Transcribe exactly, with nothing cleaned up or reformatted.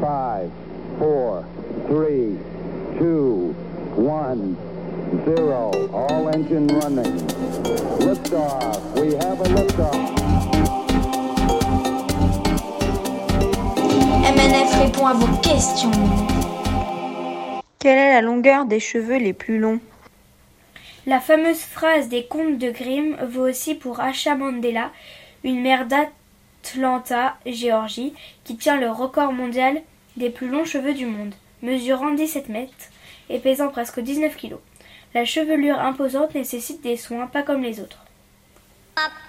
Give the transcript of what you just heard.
five, four, three, two, one, zero. All engine running. Liftoff. We have a liftoff. M N F répond à vos questions. Quelle est la longueur des cheveux les plus longs? La fameuse phrase des contes de Grimm vaut aussi pour Asha Mandela, une mère d'Atlanta, Géorgie, qui tient le record mondial des plus longs cheveux du monde, mesurant dix-sept mètres et pesant presque dix-neuf kilos. La chevelure imposante nécessite des soins pas comme les autres.